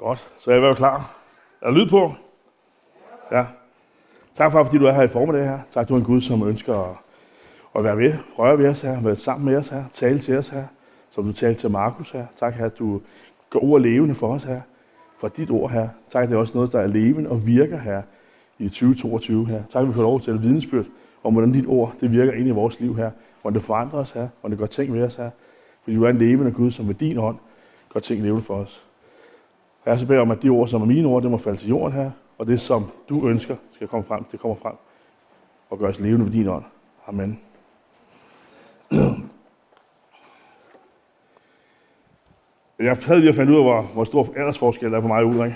Godt, så er jeg klar. Er der lyd på? Ja. Tak for, fordi du er her i formiddag her. Tak, du er en Gud, som ønsker at være ved, røre ved os her, være sammen med os her, tale til os her, som du talte til Markus her. Tak, at du gør ord levende for os her, for dit ord her. Tak, det er også noget, der er levende og virker her i 2022 her. Tak, at vi får lov til at vidnesbyrd om, hvordan dit ord det virker ind i vores liv her, hvordan det forandrer os her, hvordan det gør ting ved os her. Fordi du er en levende Gud, som med din ånd gør ting levende for os. Jeg så beder om, at de ord, som er mine ord, det må falde til jorden her, og det, som du ønsker, skal komme frem, det kommer frem og gøres levende ved din ånd. Amen. Jeg havde lige fundet ud af, hvor stor aldersforskel der er på mig ude, ikke?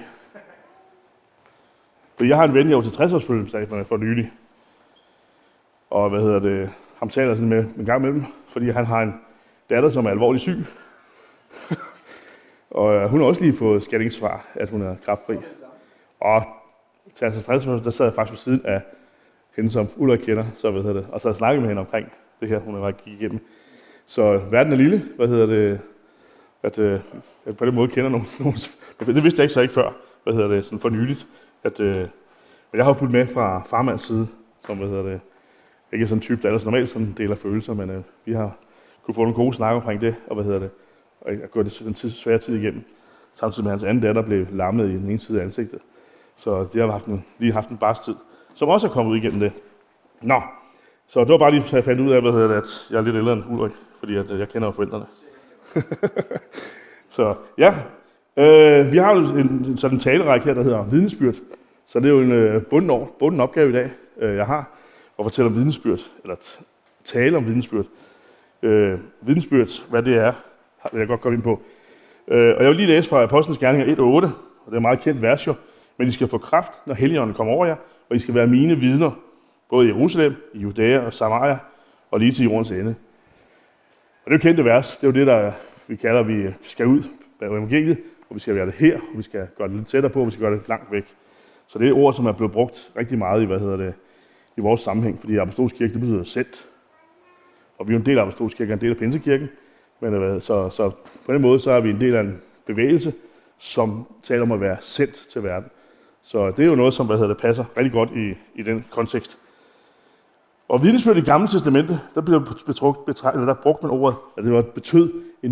For jeg har en ven, jeg var til 60-års fødselsdag for nylig. Og ham taler jeg sådan med en gang imellem, fordi han har en datter, som er alvorligt syg. Og hun har også lige fået scanningssvar, at hun er kræftfri. Og til hans 60-års der sad jeg faktisk ved siden af hende, som Ulrik kender, så og så snakkede med hende omkring det her, hun har gik igennem. Så verden er lille, at på den måde kender nogen. Det vidste jeg ikke så ikke før, sådan for nyligt. Men jeg har fulgt med fra farmands side, som ikke er sådan en type, der ellers normalt sådan deler følelser, men vi har kunne få nogle gode snakker omkring det, og og gå den svære tid igennem. Samtidig med hans anden datter blev lammet i den ene side af ansigtet. Så de har lige haft en barstid, som også er kommet ud igennem det. Nå, så det var bare lige, så jeg fandt ud af, at jeg er lidt ældre end Ulrik, fordi jeg kender jo forældrene. Så ja, vi har jo sådan en talerrække her, der hedder vidnesbyrd. Så det er jo en bunden opgave i dag, jeg har, at fortælle om vidnesbyrd, eller tale om vidnesbyrd. Vidnesbyrd, hvad det er, vil jeg godt komme ind på. Og jeg vil lige læse fra Apostlenes Gerninger 1:8, og det er et meget kendt vers jo. Men I skal få kraft, når Helligånden kommer over jer, og I skal være mine vidner, både i Jerusalem, i Judæa og Samaria, og lige til jordens ende. Og det er jo kendte vers, det er jo det, der vi kalder, at vi skal ud af evangeliet, og vi skal være det her, og vi skal gøre det lidt tættere på, og vi skal gøre det langt væk. Så det er et ord, som er blevet brugt rigtig meget i, i vores sammenhæng, fordi apostolsk kirke, det betyder sendt. Og vi er jo en del af apostolsk kirke, en del af Pinsekirken, men så på den måde, så er vi en del af en bevægelse, som taler om at være sendt til verden. Så det er jo noget, som passer rigtig godt i den kontekst. Og vidnesbyrd i Det Gamle Testamente, der brugte man ordet, at det betød et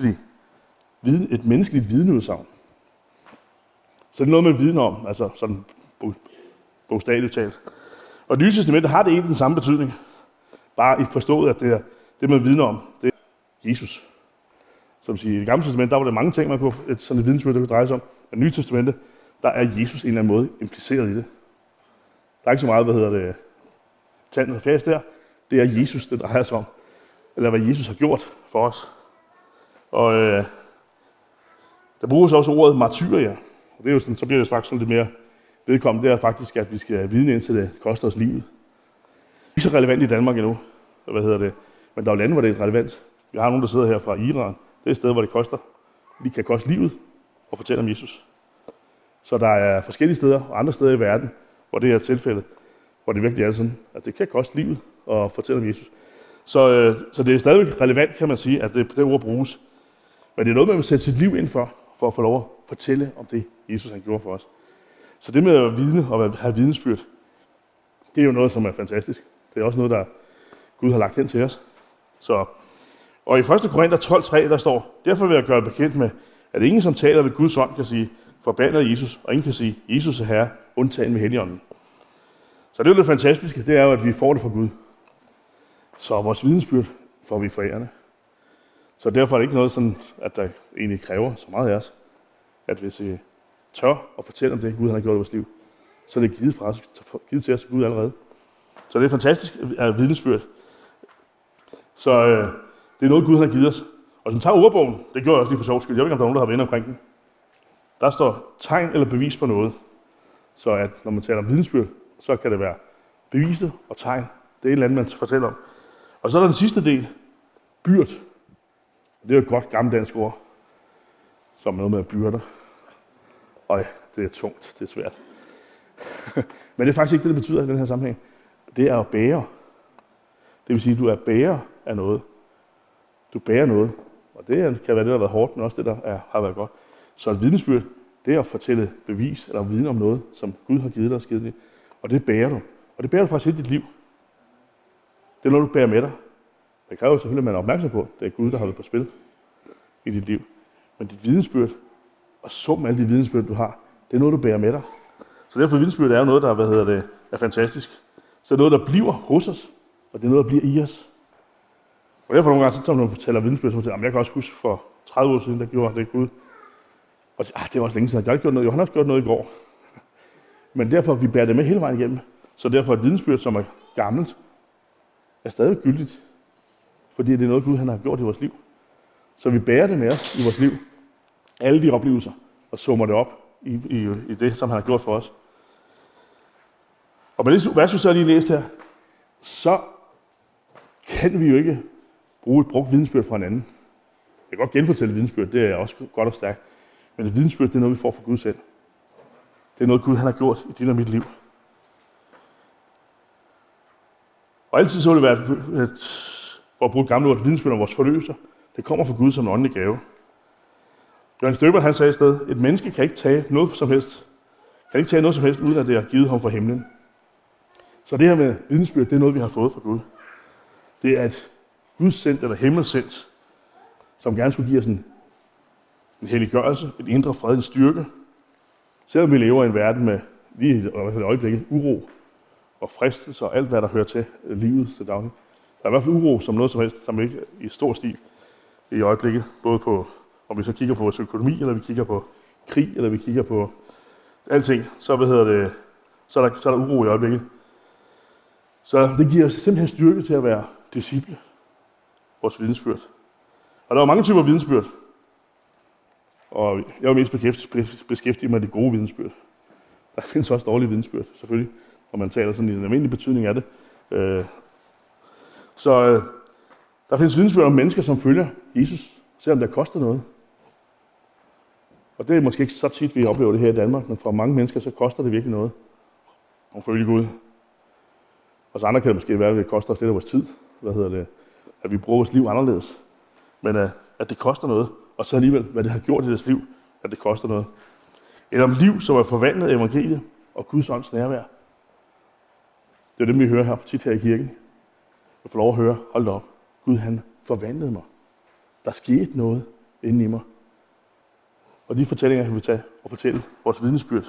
menneskeligt vidneudsagn. Så det er noget, man vidner om, altså sådan bogstaveligt talt. Og Det Nye Testamente har det egentlig den samme betydning, bare i forstået, at det man vidner om, det er Jesus. Som siger, i Det Gamle Testamente, der var der mange ting, man kunne sådan et vidnesbyrd, der kunne dreje sig om. I Det Nye Testamente, der er Jesus en eller anden måde impliceret i det. Der er ikke så meget, tanden og fjæs der. Det er Jesus, det drejer sig om. Eller hvad Jesus har gjort for os. Og der bruges også ordet martyria. Og det er jo sådan, så bliver det faktisk sådan lidt mere vedkommende. Det er faktisk, at vi skal vidne indtil det koster os livet. Det er ikke så relevant i Danmark endnu. Men der er jo lande, hvor det er relevant. Vi har nogen, der sidder her fra Iran. Det er et sted, hvor det kan koste livet at fortælle om Jesus. Så der er forskellige steder og andre steder i verden, hvor det er tilfældet, hvor det virkelig er sådan, at det kan koste livet at fortælle om Jesus. Så det er stadigvæk relevant, kan man sige, at det ord bruges. Men det er noget, man vil sætte sit liv ind for at få lov at fortælle om det, Jesus han gjorde for os. Så det med at vidne og at have vidnesbyrd, det er jo noget, som er fantastisk. Det er også noget, der Gud har lagt hen til os. Og i 1. Korinther 12:3, der står, derfor vil jeg gøre bekendt med, at ingen, som taler ved Guds ånd, kan sige, forbandet af Jesus, og ingen kan sige, Jesus er Herre, undtagen med Helligånden. Så det er jo det fantastiske, det er jo, at vi får det fra Gud. Så vores vidnesbyrd får vi forærende. Så derfor er det ikke noget sådan, at der egentlig kræver så meget af os, at hvis vi tør at fortælle om det, Gud har gjort i vores liv, så er det givet til os Gud allerede. Så det er fantastisk at vidnesbyrd. Så det er noget, Gud har givet os. Og som tager ordbogen, det gjorde jeg også lige for sjov skyld. Jeg ved ikke, om der er nogen, der har venner omkring den. Der står tegn eller bevis på noget. Så at når man taler om vidnesbyrd, så kan det være beviset og tegn. Det er et eller andet, man fortæller om. Og så er der den sidste del, byrd. Det er jo et godt gammeldansk ord, som er noget med byrder. Øj, det er tungt, det er svært. Men det er faktisk ikke det, det betyder i den her sammenhæng. Det er at bære. Det vil sige, at du er bærer af noget. Du bærer noget. Og det kan være det, der har været hårdt, men også det, der har været godt. Så et vidnesbyrd, det er at fortælle bevis eller viden om noget, som Gud har givet dig og skidt dig. Og det bærer du. Og det bærer du faktisk hele dit liv. Det er noget, du bærer med dig. Det kræver selvfølgelig, at man er opmærksom på, at det er Gud, der har det på spil i dit liv. Men dit vidensbyrd, og summen af alle de vidensbyrd, du har, det er noget, du bærer med dig. Så derfor vidensbyrd er jo noget, der er fantastisk. Så det er noget, der bliver hos os, og det er noget, der bliver i os. Og derfor nogle gange, så når man fortæller vidensbyrd, så fortæller jeg kan også huske for 30 år siden, der gjorde det Gud. Og det var også længe siden, jeg har ikke gjort noget. Jo, han har også gjort noget i går. Men derfor, vi bærer det med hele vejen igennem. Så derfor et vidensbyrd, som er gammelt, er stadig gyldigt. Fordi det er noget, Gud han har gjort i vores liv. Så vi bærer det med os i vores liv. Alle de oplevelser, og summer det op i det, som han har gjort for os. Og med det vers, vi så lige læst her, så kan vi jo ikke bruge et brugt vidensbyrd fra hinanden. Jeg kan godt genfortælle vidensbyrd, det er også godt og stærkt. Men et vidensbyrd, det er noget, vi får fra Gud selv. Det er noget, Gud han har gjort i dit og mit liv. Og altid så vil det være, for at bruge et gammelt ord, et vidensbyrd om vores forløselser. Det kommer fra Gud som en åndelig gave. Jørgen Støber, han sagde i stedet, et menneske kan ikke tage noget som helst, uden at det er givet ham fra himlen. Så det her med vidensbyrd, det er noget, vi har fået fra Gud. Det er et gudsendt eller himmelsendt, som gerne skulle give os en helliggørelse, en indre fred, en styrke. Selvom vi lever i en verden med, lige i hvert fald i øjeblikket, uro og fristelse og alt, hvad der hører til livet til daglig. Der er i hvert fald uro som noget som helst, som ikke i stor stil i øjeblikket. Både på, om vi så kigger på vores økonomi, eller vi kigger på krig, eller vi kigger på alting, så er der uro i øjeblikket. Så det giver os simpelthen styrke til at være disciple, vores vidensbyrd. Og der er mange typer vidensbyrd. Og jeg er mest beskæftiget med det gode vidensbyrd. Der findes også dårlige vidensbyrd, selvfølgelig, når man taler sådan i den almindelige betydning af det. Så der findes vidensbyrd om mennesker, som følger Jesus, selvom det koster noget. Og det er måske ikke så tit, vi oplever det her i Danmark, men for mange mennesker, så koster det virkelig noget at følge Gud. Og så andre kan det måske være, at det koster os lidt af vores tid. At vi bruger vores liv anderledes. Men at det koster noget. Og så alligevel, hvad det har gjort i deres liv, at det koster noget. Eller om liv, som er forvandlet af evangeliet og Guds ånds nærvær. Det er dem, vi hører her tit her i kirken. Jeg får lov at høre, hold da op, Gud han forvandlede mig. Der skete noget inde i mig. Og de fortællinger kan vi tage og fortælle vores vidnesbyrd.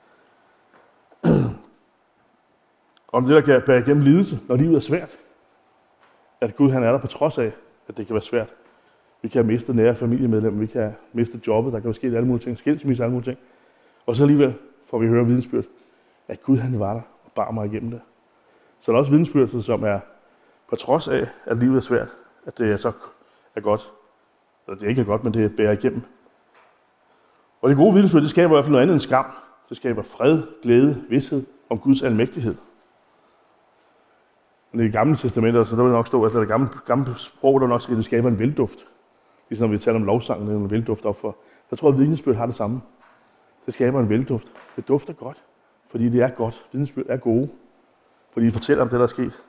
Om det, der kan bære igennem lidelse, når livet er svært. At Gud han er der på trods af, at det kan være svært. Vi kan have mistet nære familiemedlemmer, vi kan have mistet jobbet, der kan jo ske alle mulige ting, skilsmisse alle mulige ting. Og så alligevel får vi høre vidnesbyrd, at Gud han var der og bar mig igennem det. Så der er også vidnesbyrd, som er på trods af, at livet er svært, at det så er godt. Eller det ikke er godt, men det bærer igennem. Og det gode vidnesbyrd, det skaber i hvert fald noget andet end skam. Det skaber fred, glæde, vished om Guds almægtighed. Men i det gamle testament, så der vil nok stå, at det gamle sprog, der nok skal, det skaber en velduft. Ligesom når vi taler om lovsangen, det er en velduft op for. Jeg tror, at vidnesbyrd har det samme. Det skaber en velduft. Det dufter godt, fordi det er godt. Vidnesbyrd er gode, fordi de fortæller om det, der er sket.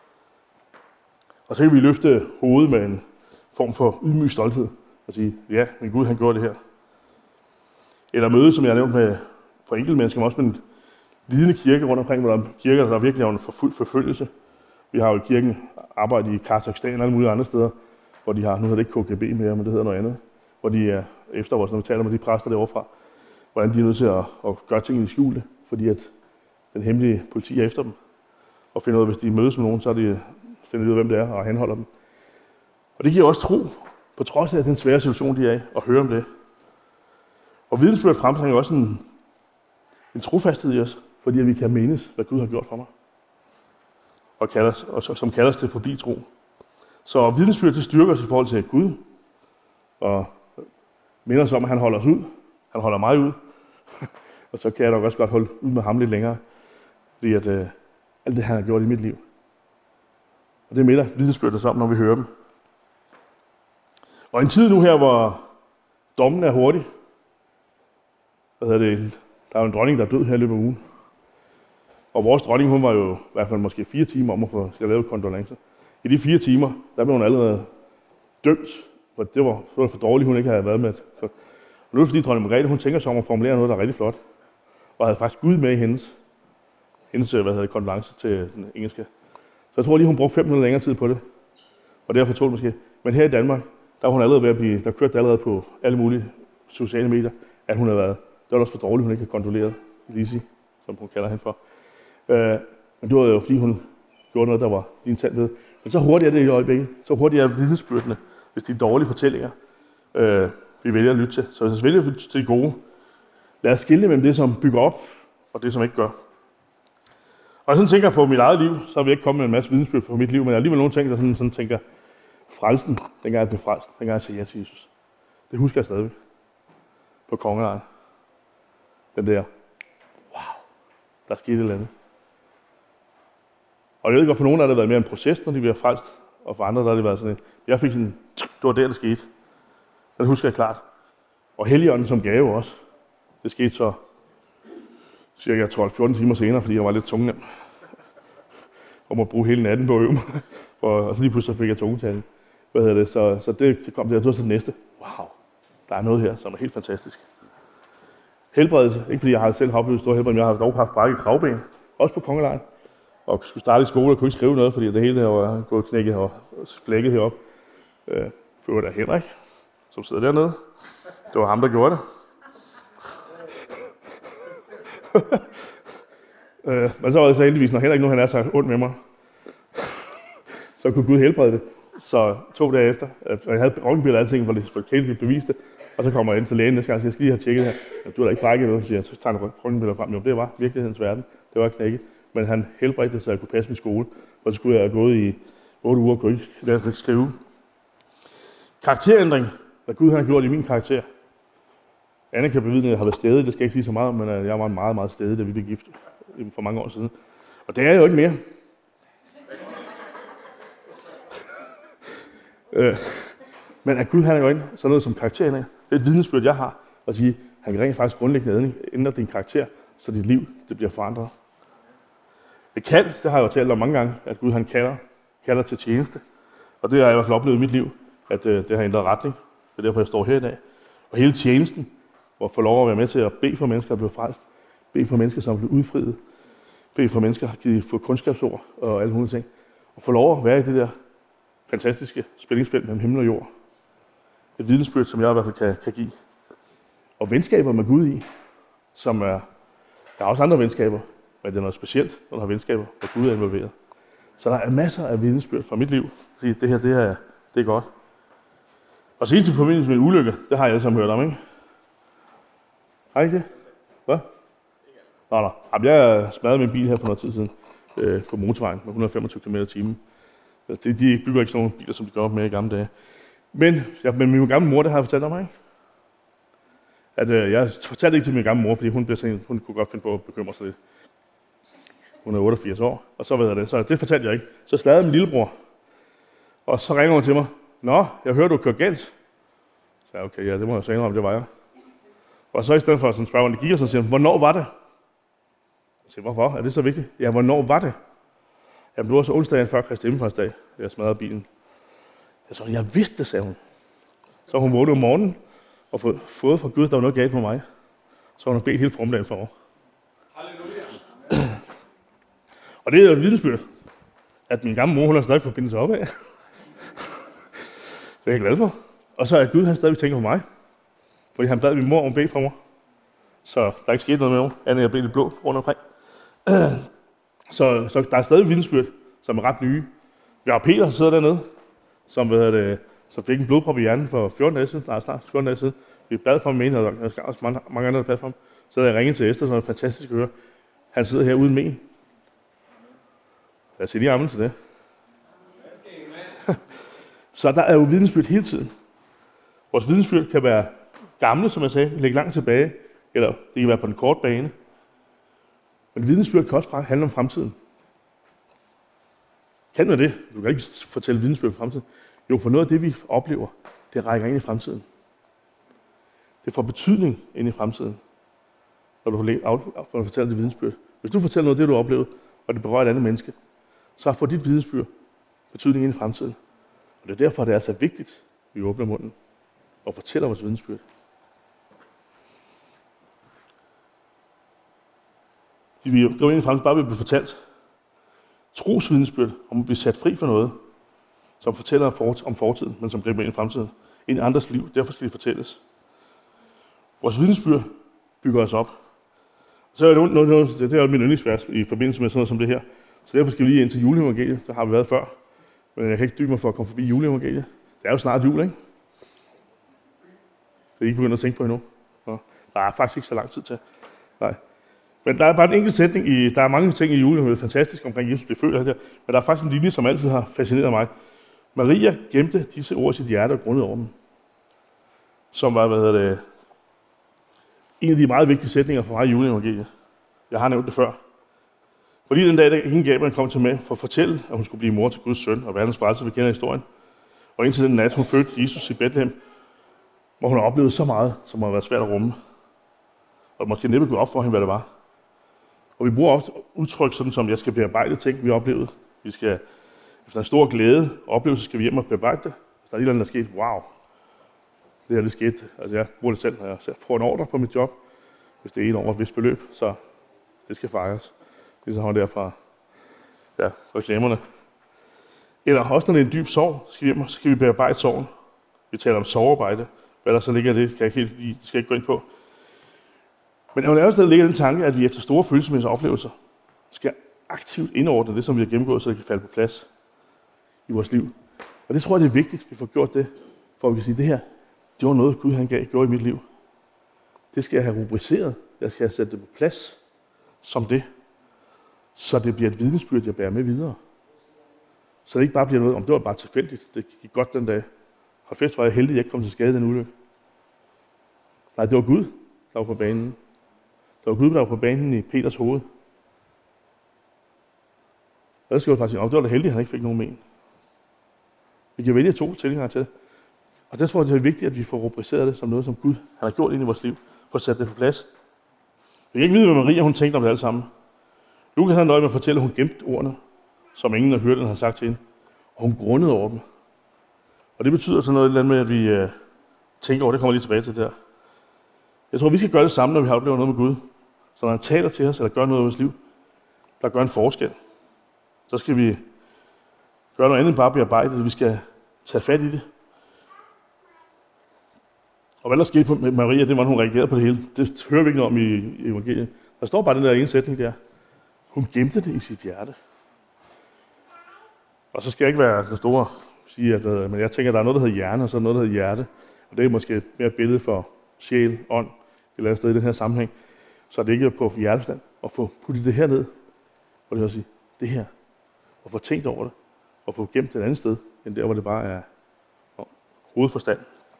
Og så kan vi løfte hovedet med en form for ydmyg stolthed og sige, ja, men Gud han gjorde det her. Eller møde, som jeg har nævnt med for enkelte mennesker, men også med en lidende kirke rundt omkring, hvor der er kirker, der virkelig har en forfølgelse. Vi har jo i kirken arbejdet i Kazakhstan og alle mulige andre steder, hvor de har, nu hedder det ikke KGB mere, men det hedder noget andet, hvor de er efter os, når vi taler med de præster derovre fra, hvordan de er nødt til at gøre tingene i skjulte, fordi at den hemmelige politi er efter dem, og finder ud af, hvis de mødes med nogen, så er de finder ud af, hvem det er, og henholder dem. Og det giver også tro, på trods af den svære situation, de er i, at høre om det. Og vidensbyrd frembringer også en trofasthed i os, fordi at vi kan mindes, hvad Gud har gjort for mig. Og som kalder os til forbi tro. Så vidensbyrd til styrker os i forhold til Gud, og minder os om, at han holder os ud. Han holder mig ud. Og så kan jeg nok også godt holde ud med ham lidt længere, fordi at alt det, han har gjort i mit liv. Og det minder vidensbyrd os om, når vi hører dem. Og en tid nu her, hvor dommen er hurtig, der er jo en dronning, der er død her i løbet af ugen. Og vores dronning, hun var jo i hvert fald måske 4 timer om at få lave kondolencer. I de 4 timer, der blev hun allerede dømt, for det var for dårligt, hun ikke havde været med. nu er det fordi dronning Margrethe, hun tænker sig om at formulere noget, der er rigtig flot. Og havde faktisk Gud med i hendes konference til den engelske. Så jeg tror lige, hun brugte 5 minutter længere tid på det. Og derfor tog det måske. Men her i Danmark, der var hun allerede ved at blive, der kørte det allerede på alle mulige sociale medier, at hun havde været, det var også for dårligt, hun ikke havde kontrolleret Lizzie, som hun kalder hende for. Men det var jo fordi, hun gjorde noget, der var lige en tand ved. Men så hurtigt er det i øjeblikket. Så hurtigt er vidnesbyrdene, hvis de er dårlige fortællinger, vi vælger at lytte til. Så hvis vi vælger at lytte til de gode, lad os skille mellem det, som bygger op, og det, som ikke gør. Og sådan tænker jeg på mit eget liv, så har vi ikke kommet med en masse vidnesbyrd for mit liv, men jeg har alligevel nogle ting, der sådan tænker, frelsen, dengang jeg blev frelst, dengang jeg sagde ja til Jesus. Det husker jeg stadig på Kongelejren. Den der, wow, der skete et eller andet. Og jeg ved ikke, for nogen har det været mere en proces, når de bliver frelst, og for andre der har det været sådan en, jeg fik sådan, det var der, det skete. Det husker jeg klart. Og Helligånden som gave også. Det skete så cirka 12-14 timer senere, fordi jeg var lidt tungnem. Og måtte bruge hele natten på at øve mig. Og så lige pludselig fik jeg tungetale. Så det kom der. Det var så det næste. Wow, der er noget her, som er helt fantastisk. Helbredelse. Ikke fordi jeg har selv oplevet stor helbredelse, men jeg har dog haft brækket kravben. Også på Kongelejren. Og skulle starte i skole og kunne ikke skrive noget, fordi det hele her var gået knækket og flækket heroppe. Før der Henrik, som sidder dernede. Det var ham, der gjorde det. Men så var det så heldigvis, når Henrik nu han er så ondt med mig, så kunne Gud helbrede det. Så 2 dage efter, at jeg havde røntgenbilleder og alting, hvor det helt beviste det, og så kommer jeg ind til lægen næste gang, så jeg skal lige have tjekket her. Du har da ikke brækket noget, så siger jeg, så tager jeg røntgenbilleder frem. Jo, det var virkelighedens verden. Det var knækket. Men han helbredte det, så jeg kunne passe min skole. Og så skulle jeg have gået i 8 uger og kunne ikke skrive. Karakterændring, hvad Gud har gjort i min karakter. Anne kan bevidne, at jeg har været stædig, det skal jeg ikke sige så meget, men jeg var meget, meget stædig, da vi blev gift for mange år siden. Og det er jeg jo ikke mere. Men at Gud han er jo ind, sådan noget som karakterændring, det er et vidnesbyrd, jeg har, at sige, han kan rent faktisk grundlæggende ændre din karakter, så dit liv det bliver forandret. Et kald, det har jeg jo talt om mange gange, at Gud han kalder til tjeneste. Og det har jeg i hvert fald oplevet i mit liv, at det har ændret retning. Det er derfor, jeg står her i dag. Og hele tjenesten, hvor jeg får lov at være med til at bede for mennesker, der bliver frelst. Bede for mennesker, som bliver udfriet. Bede for mennesker, der har fået kundskabsord og alle mulige ting. Og få lov at være i det der fantastiske spændingsfelt mellem himmel og jord. Et vidnesbyrd, som jeg i hvert fald kan give. Og venskaber med Gud i, som er... Der er også andre venskaber, men det er noget specielt, når der har venskaber, hvor Gud er involveret. Så der er masser af vidnesbyrd fra mit liv. Det her, det er godt. Og så til forbindelse med en ulykke, det har jeg alle sammen hørt om, ikke? Har I ikke det? Hvad? Nå. Jeg smadrede min bil her for noget tid siden på motorvejen med 125 km/t. De bygger ikke sådan nogle biler, som de gør op med i gamle dage. Men min gamle mor, det har jeg fortalt om, ikke? At jeg fortalte ikke til min gamle mor, fordi hun kunne godt finde på at bekymre sig lidt. Hun er 88 år, og så det fortalte jeg ikke. Så sladrede min lillebror, og så ringer hun til mig. Nå, jeg hører, du kører galt. Så jeg, okay, ja, det må jeg så indrømme, det var jeg. Og så i stedet for at spørge, hvordan det gik, og så siger hun, hvornår var det? Jeg siger, hvorfor? Er det så vigtigt? Ja, hvornår var det? Jamen, det var så onsdagen før Kristi Himmelfartsdag, jeg smadrede bilen. Jeg vidste det, sagde hun. Så hun vågnede om morgenen, og fået fra Gud, der var noget galt med mig. Så hun har bedt hele formiddagen for mig. Halleluja. Og det er jo et vidnesbyrd, at min gamle mor, hun har stadig forbindelse opad. Det er jeg glad for. Og så er Gud, han stadig tænker på mig. Fordi han bad min mor om bede for mig. Så der er ikke sket noget med mig, andet jeg blev lidt blå rundt omkring. Så der er stadig vidnesbyrd, som er ret nye. Vi har Peter, der sidder dernede, som fik en blodprop i hjernen for 14 dage siden. Vi bad for ham, og der er også mange andre, der bad for ham. Så jeg ringede til Esther, som er fantastisk at høre. Han sidder her uden men. Lad os sige lige amen til det. Så der er jo vidnesbyrd hele tiden. Vores vidnesbyrd kan være gamle, som jeg sagde, ligge langt tilbage, eller det kan være på den korte bane. Men vidnesbyrd kan også handle om fremtiden. Kan man det? Du kan ikke fortælle vidnesbyrd om fremtiden. Jo, for noget af det, vi oplever, det rækker ind i fremtiden. Det får betydning ind i fremtiden, når du fortæller dit vidnesbyrd. Hvis du fortæller noget af det, du har oplevet, og det berører et andet menneske, så får dit vidnesbyrd betydning ind i fremtiden. Og det er derfor, det er så vigtigt, at vi åbner munden og fortæller vores vidnesbyrd. De vil gå ind i fremtiden, bare vil blive fortalt trosvidnesbyrd om at blive sat fri for noget, som fortæller om fortiden, men som griber ind i fremtiden, ind i andres liv. Derfor skal de fortælles. Vores vidnesbyrd bygger os op. Så er det er min yndlingsvers i forbindelse med sådan noget som det her. Så derfor skal vi lige ind til juleevangeliet. Der har vi været før. Men jeg kan ikke dybe mig for at komme forbi juleevangeliet. Det er jo snart jul, ikke? Det er ikke begyndt at tænke på endnu. Så der er faktisk ikke så lang tid til. Nej. Men der er bare en enkelt sætning der er mange ting i juleevangeliet, fantastisk omkring Jesus bliver født her. Men der er faktisk en linje, som altid har fascineret mig. Maria gemte disse ord i sit hjerte og grundede over dem. Som var, en af de meget vigtige sætninger for mig i juleevangeliet. Jeg har nævnt det før. Fordi den dag, da ingen Gabriel kom til med for at fortælle, at hun skulle blive mor til Guds søn og verdens frelser, vi kender historien. Og indtil den nat, hun fødte Jesus i Bethlehem, hvor hun har oplevet så meget, som har været svært at rumme. Og måske næppe gå op for hende, hvad det var. Og vi bruger ofte udtryk sådan som, jeg skal bearbejde ting, vi har oplevet. Vi skal, efter en stor glæde og oplevelse, skal vi hjem og bearbejde det. Hvis der er et eller andet, der er sket, wow. Det her, det skete. Altså jeg bruger det selv, når jeg får en ordre på mit job. Hvis det er en over et vist beløb, så det skal fejres. Ligesom han der fra reklamerne. Eller også når det er en dyb sorg, så skal vi bearbejde sorgen. Vi taler om sorgarbejde. Hvad der så ligger i det, kan jeg ikke helt lide. Det skal jeg ikke gå ind på. Men under andet sted ligger den tanke, at vi efter store følelsesmæssige oplevelser skal aktivt indordne det, som vi har gennemgået, så det kan falde på plads i vores liv. Og det tror jeg, det er vigtigt, at vi får gjort det, for at vi kan sige, at det her, det var noget, Gud han gjorde i mit liv. Det skal jeg have rubriceret. Jeg skal have sat det på plads som det, så det bliver et vidnesbyrd, jeg bærer med videre. Så det ikke bare bliver noget, om det var bare tilfældigt. Det gik godt den dag. Og først var jeg heldig, at jeg ikke kom til skade i den ulykke. Nej, det var Gud, der var på banen. Det var Gud, der var på banen i Peters hoved. Og der skal jeg bare sige, det var da heldigt, at han ikke fik nogen men. Vi kan vælge 2 tilhængere til det. Og der tror jeg, det er vigtigt, at vi får rubriceret det som noget, som Gud han har gjort ind i vores liv. For at sætte det på plads. Vi kan ikke vide, hvad Maria hun tænkte om det alt sammen. Lukas har nøje med at fortælle, at hun gemte ordene, som ingen af hørten har sagt til hende. Og hun grundede over dem. Og det betyder sådan noget med, at vi tænker over, det kommer lige tilbage til der. Jeg tror, vi skal gøre det samme, når vi har oplevet noget med Gud. Så når han taler til os, eller gør noget i vores liv, der gør en forskel, så skal vi gøre noget andet end bare bearbejde det. Vi skal tage fat i det. Og hvad der skete med Maria, det var, at hun reagerede på det hele. Det hører vi ikke noget om i evangeliet. Der står bare den der ene sætning der. Hun gemte det i sit hjerte. Og så skal jeg ikke være den store sige, men jeg tænker, at der er noget, der hedder hjerne, og så noget, der hedder hjerte. Og det er måske mere et billede for sjæl, ånd, et eller andet sted i den her sammenhæng. Så det ikke er på hjertestand at få puttet det herned. Og det vil sige, det her. Og få tænkt over det. Og få gemt det et andet sted, end der, hvor det bare er hovedforstand.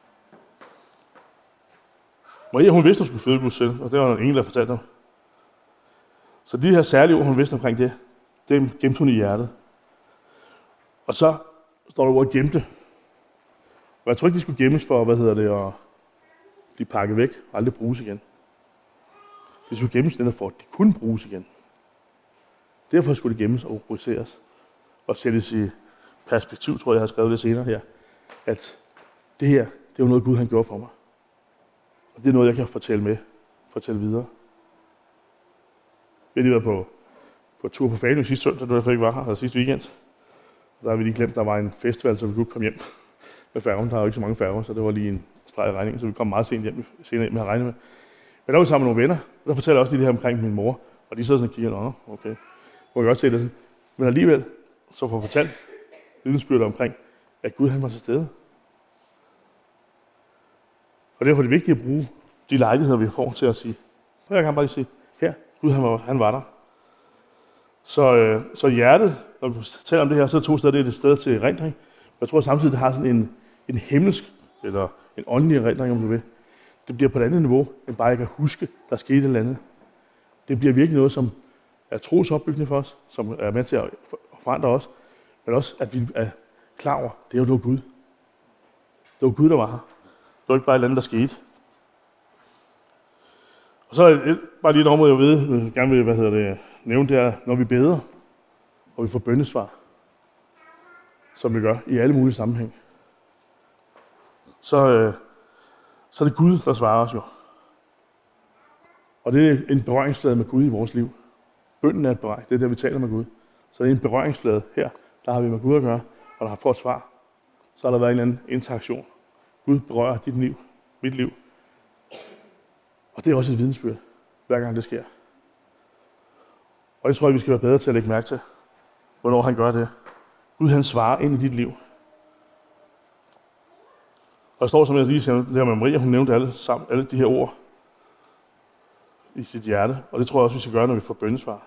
Maria, hun vidste, hun skulle føde Guds søn, og det var en engel, der fortalte ham. Så de her særlige ord, hun vidste omkring det, dem gemte hun i hjertet. Og så står der ordet gemte. Og jeg tror ikke, de skulle gemmes for, at blive pakket væk og aldrig bruges igen. De skulle gemmes for, at de kunne bruges igen. Derfor skulle de gemmes og rubriceres. Og sættes i perspektiv, tror jeg har skrevet det senere her, at det her, det var noget Gud han gjorde for mig. Og det er noget, jeg kan fortælle videre. Vi har lige været på tur på Fanø sidste søndag, det var derfor ikke var her, eller sidste weekend. Og der har vi lige glemt, at der var en festival, så vi kunne komme hjem med færgen. Der er jo ikke så mange færger, så det var lige en streg i regningen, så vi kom meget senere hjem, med at regne med. Men der var vi sammen med nogle venner, og der fortæller jeg også lige det her omkring min mor. Og de sidder sådan og kigger, okay. Må jeg godt se det sådan. Men alligevel, så får jeg fortalt vidnesbyrdet omkring, at Gud han var til stede. Og derfor er det vigtigt at bruge de lejligheder, vi får til at sige, så jeg kan bare lige sige, her, Gud han var der. Så hjertet, når vi taler om det her, så er 2 steder, det er et sted til erindring. Jeg tror samtidig, det har sådan en himmelsk, eller en åndelig erindring, om du vil. Det bliver på et andet niveau, end bare jeg kan huske, der skete et eller andet. Det bliver virkelig noget, som er trosopbyggende for os, som er med til at forandre os, men også, at vi er klar over, det var Gud. Det var Gud, der var her. Det var ikke bare et eller andet, der skete. Og så er det bare lige et område, jeg gerne vil nævne, det er, når vi beder, og vi får bønnesvar, som vi gør i alle mulige sammenhæng, så er det Gud, der svarer os jo. Og det er en berøringsflade med Gud i vores liv. Bønnen er et berøring. Det er der, vi taler med Gud. Så det er en berøringsflade her. Der har vi med Gud at gøre, og der har fået et svar. Så har der været en eller anden interaktion. Gud berører dit liv, mit liv. Og det er også et vidnesbyrd, hver gang det sker. Og det tror jeg, vi skal være bedre til at lægge mærke til, hvornår han gør det. Gud, han svarer ind i dit liv. Og der står, som jeg lige siger, det her med Maria, hun nævnte alle de her ord i sit hjerte. Og det tror jeg også, vi skal gøre, når vi får bønnesvar.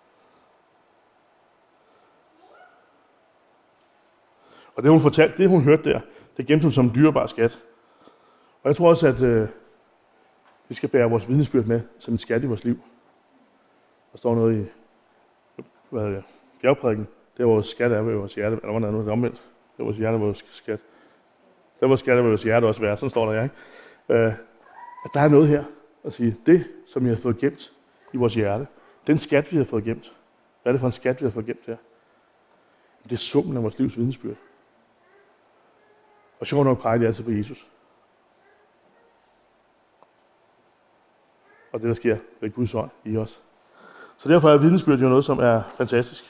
Og det hun fortalte, det hun hørte der, det gemte hun som en dyrebar skat. Og jeg tror også, at vi skal bære vores vidnesbyrd med som en skat i vores liv. Der står noget i bjergprædiken. Det er vores skat er ved vores hjerte. Eller hvordan er det omvendt? Det er vores hjerte, vores skat. Det er vores skat, vores hjerte også være. Sådan står der, ikke? At der er noget her at sige, det, som vi har fået gemt i vores hjerte, den skat, vi har fået gemt. Hvad er det for en skat, vi har fået gemt her? Det er summen af vores livs vidnesbyrd. Og sjovt nok peger det altså på Jesus. Og det, der sker ved Guds ånd i os. Så derfor er vidnesbyrd jo noget, som er fantastisk.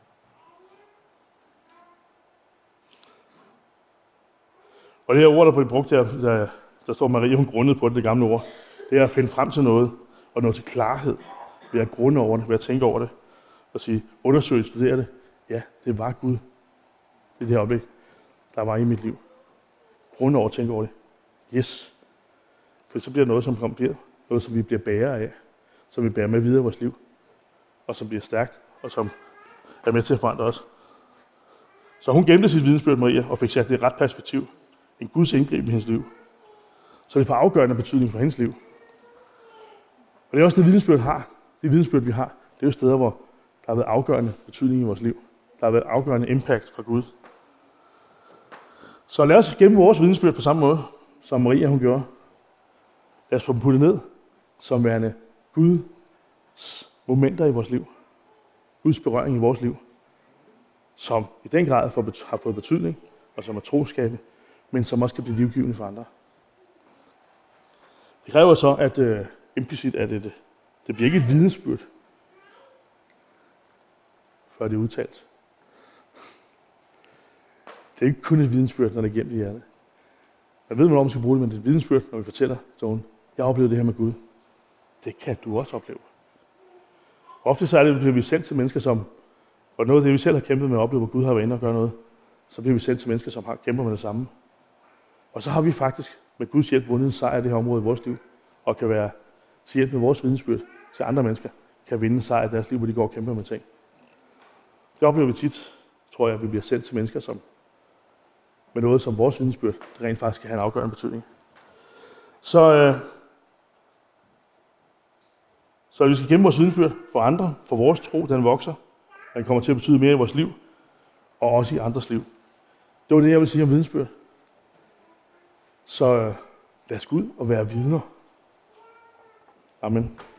Og det her ord, der blev brugt her, der står Maria, hun grundede på det gamle ord, det er at finde frem til noget, og nå til klarhed, ved at grunde over det, ved at tænke over det, og sige, undersøge, studere det. Ja, det var Gud, det her øjeblik, der var i mit liv. Grunde over at tænke over det. Yes. For så bliver det noget, som bliver noget, som vi bliver bærer af, som vi bærer med videre i vores liv, og som bliver stærkt, og som er med til at forandre os. Så hun gemte sit vidnesbyrd, Maria, og fik sat det i ret perspektiv. En Guds indgreb i hendes liv. Så det får afgørende betydning for hendes liv. Og det er også det vidnesbyrd har. Det vidnesbyrd, vi har, det er jo steder, hvor der har været afgørende betydning i vores liv. Der har været afgørende impact fra Gud. Så lad os gemme vores vidnesbyrd på samme måde, som Maria hun gjorde. Lad os få dem puttet ned, som værende Guds momenter i vores liv. Guds berøring i vores liv. Som i den grad har fået betydning, og som er troskabende, men som også kan blive livgivende for andre. Det kræver så, at implicit er det bliver ikke et vidnesbyrd, før det er udtalt. Det er ikke kun et vidnesbyrd, når det er gemt i hjertet. Jeg ved, hvornår man skal bruge det, men det er et vidnesbyrd, når vi fortæller til nogen, jeg oplevede det her med Gud. Det kan du også opleve. Og ofte så er det, at vi sendt til mennesker, som, og noget af det, vi selv har kæmpet med at opleve, hvor Gud har været inde og gøre noget, så bliver vi sendt til mennesker, som har kæmper med det samme. Og så har vi faktisk med Guds hjælp vundet en sejr i det her område i vores liv, og kan være til hjælp med vores vidnesbyrd til andre mennesker, kan vinde en sejr i deres liv, hvor de går og kæmper med ting. Det oplever vi tit, tror jeg, at vi bliver sendt til mennesker, som med noget som vores vidnesbyrd, det rent faktisk kan have en afgørende betydning. Så vi skal gemme vores vidnesbyrd for andre, for vores tro, den vokser, den kommer til at betyde mere i vores liv, og også i andres liv. Det var det, jeg vil sige om vidnesbyrd. Så lad os gå ud og være vidner. Amen.